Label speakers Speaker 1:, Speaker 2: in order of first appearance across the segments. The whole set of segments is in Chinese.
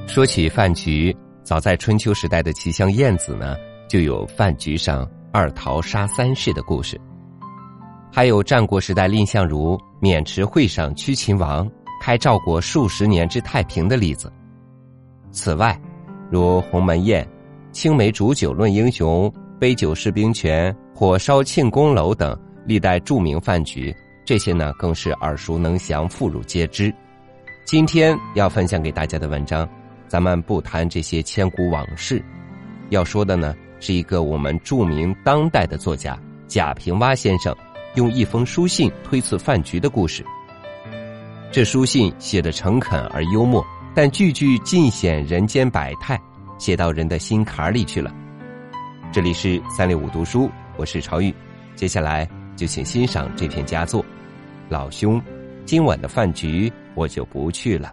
Speaker 1: 说起饭局，早在春秋时代的齐乡晏子呢，就有饭局上二桃杀三士的故事。还有战国时代蔺相如渑池会上驱秦王，开赵国数十年之太平的例子。此外，如鸿门宴、青梅煮酒论英雄、杯酒释兵权、火烧庆功楼等历代著名饭局，这些呢更是耳熟能详，妇孺皆知。今天要分享给大家的文章，咱们不谈这些千古往事，要说的呢是一个我们著名当代的作家贾平凹先生用一封书信推辞饭局的故事。这书信写得诚恳而幽默，但句句尽显人间百态，写到人的心坎里去了。这里是365读书，我是朝玉，接下来就请欣赏这篇佳作。老兄，今晚的饭局我就不去了。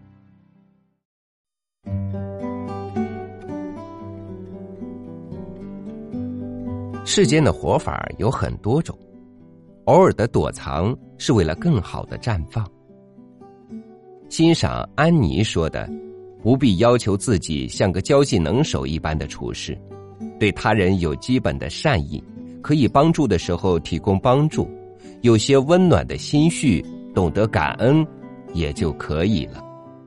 Speaker 1: 世间的活法有很多种，偶尔的躲藏是为了更好的绽放。欣赏安妮说的，不必要求自己像个交际能手一般的处事，对他人有基本的善意，可以帮助的时候提供帮助，有些温暖的心绪，懂得感恩也就可以了。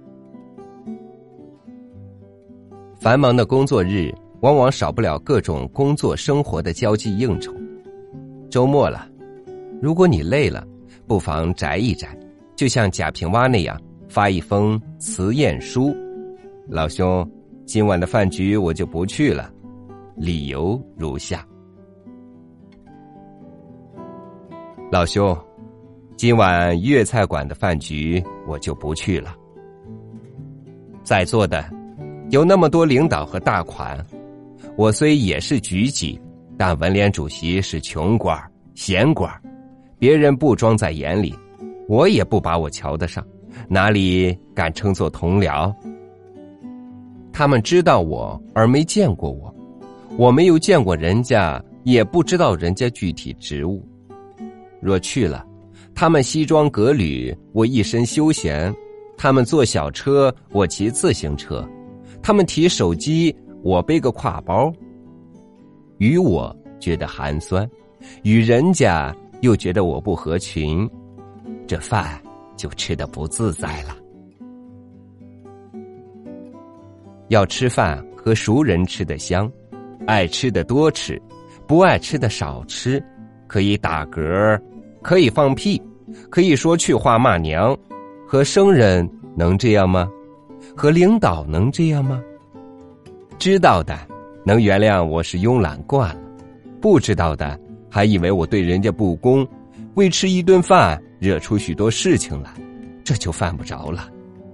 Speaker 1: 繁忙的工作日往往少不了各种工作生活的交际应酬。周末了，如果你累了，不妨宅一宅，就像贾平凹那样发一封辞宴书。老兄，今晚的饭局我就不去了，理由如下。老兄，今晚粤菜馆的饭局我就不去了。在座的有那么多领导和大款，我虽也是局级，但文联主席是穷官闲官，别人不装在眼里，我也不把我瞧得上，哪里敢称作同僚。他们知道我而没见过我，我没有见过人家，也不知道人家具体职务。若去了，他们西装革履，我一身休闲；他们坐小车，我骑自行车；他们提手机，我背个挎包。与我觉得寒酸，与人家又觉得我不合群，这饭就吃得不自在了。要吃饭和熟人吃得香，爱吃的多吃，不爱吃的少吃，可以打嗝，可以放屁，可以说去话骂娘。和生人能这样吗？和领导能这样吗？知道的能原谅我是慵懒惯了，不知道的还以为我对人家不公，为吃一顿饭惹出许多事情来，这就犯不着了。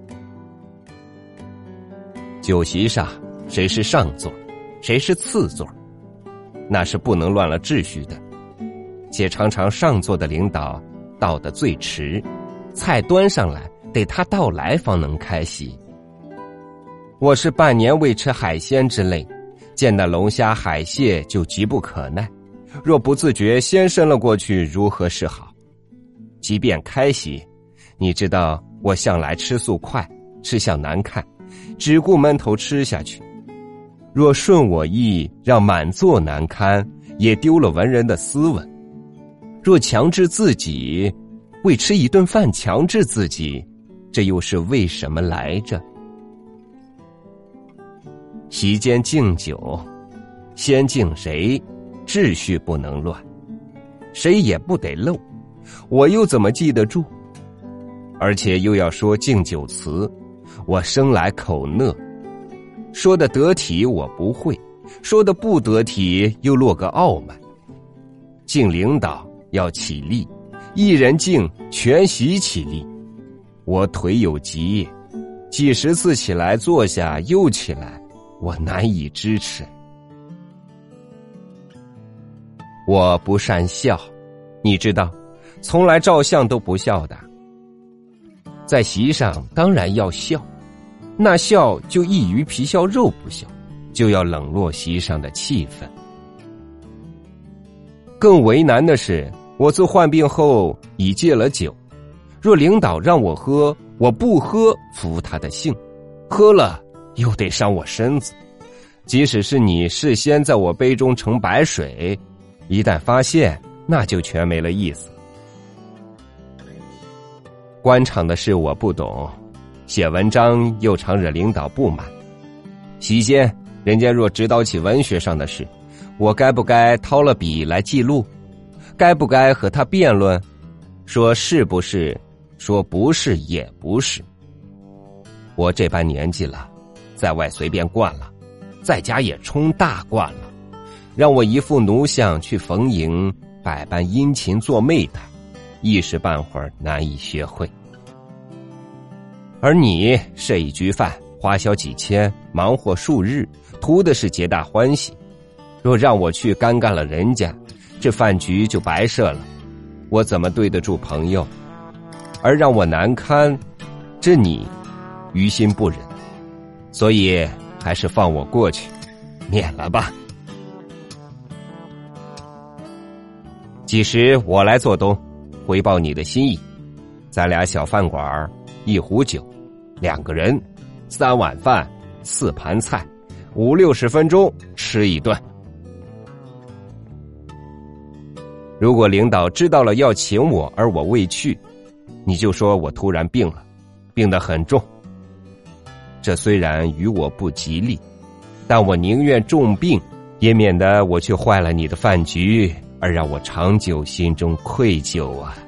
Speaker 1: 酒席上谁是上座，谁是次座，那是不能乱了秩序的。且常常上座的领导到得最迟，菜端上来得他到来方能开席。我是半年未吃海鲜之类，见到龙虾海蟹就急不可耐，若不自觉先伸了过去，如何是好？即便开席，你知道我向来吃素快，吃相难看，只顾闷头吃下去。若顺我意，让满座难堪，也丢了文人的斯文。若强制自己，为吃一顿饭强制自己，这又是为什么来着？席间敬酒，先敬谁，秩序不能乱，谁也不得漏，我又怎么记得住？而且又要说敬酒词，我生来口讷，说的得体我不会，说的不得体又落个傲慢。敬领导要起立，一人敬，全席起立。我腿有疾，几十次起来坐下又起来，我难以支持。我不善笑，你知道，从来照相都不笑的。在席上当然要笑，那笑就异于皮笑肉不笑，就要冷落席上的气氛。更为难的是，我自患病后已戒了酒，若领导让我喝，我不喝服他的性，喝了又得伤我身子。即使是你事先在我杯中盛白水，一旦发现，那就全没了意思。官场的事我不懂，写文章又常惹领导不满。席间人家若指导起文学上的事，我该不该掏了笔来记录？该不该和他辩论？说是不是，说不是也不是。我这般年纪了，在外随便惯了，在家也冲大惯了，让我一副奴相去逢迎，百般殷勤做媚态，一时半会儿难以学会。而你设一局饭，花销几千，忙活数日，图的是皆大欢喜。若让我去干干了人家，这饭局就白设了，我怎么对得住朋友？而让我难堪，这你于心不忍，所以还是放我过去，免了吧。几时我来做东，回报你的心意。咱俩小饭馆，1壶酒，2个人，3碗饭，4盘菜，50-60分钟吃一顿。如果领导知道了要请我，而我未去，你就说我突然病了，病得很重。这虽然与我不吉利，但我宁愿重病，也免得我去坏了你的饭局，而让我长久心中愧疚啊。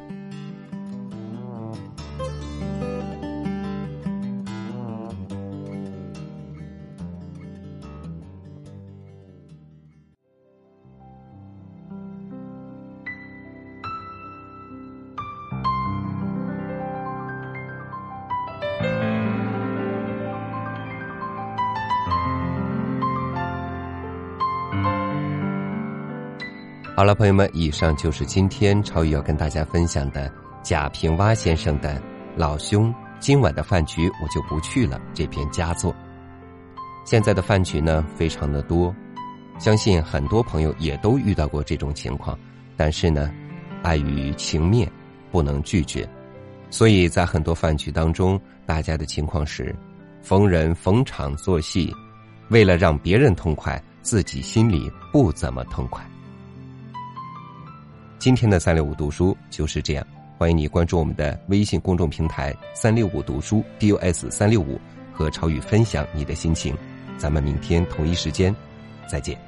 Speaker 1: 好了，朋友们，以上就是今天超宇要跟大家分享的贾平凹先生的《老兄，今晚的饭局我就不去了》这篇佳作。现在的饭局呢非常的多，相信很多朋友也都遇到过这种情况，但是呢碍于情面不能拒绝，所以在很多饭局当中，大家的情况是逢人逢场作戏，为了让别人痛快，自己心里不怎么痛快。今天的365读书就是这样，欢迎你关注我们的微信公众平台365读书 DOS365，和超宇分享你的心情。咱们明天同一时间再见。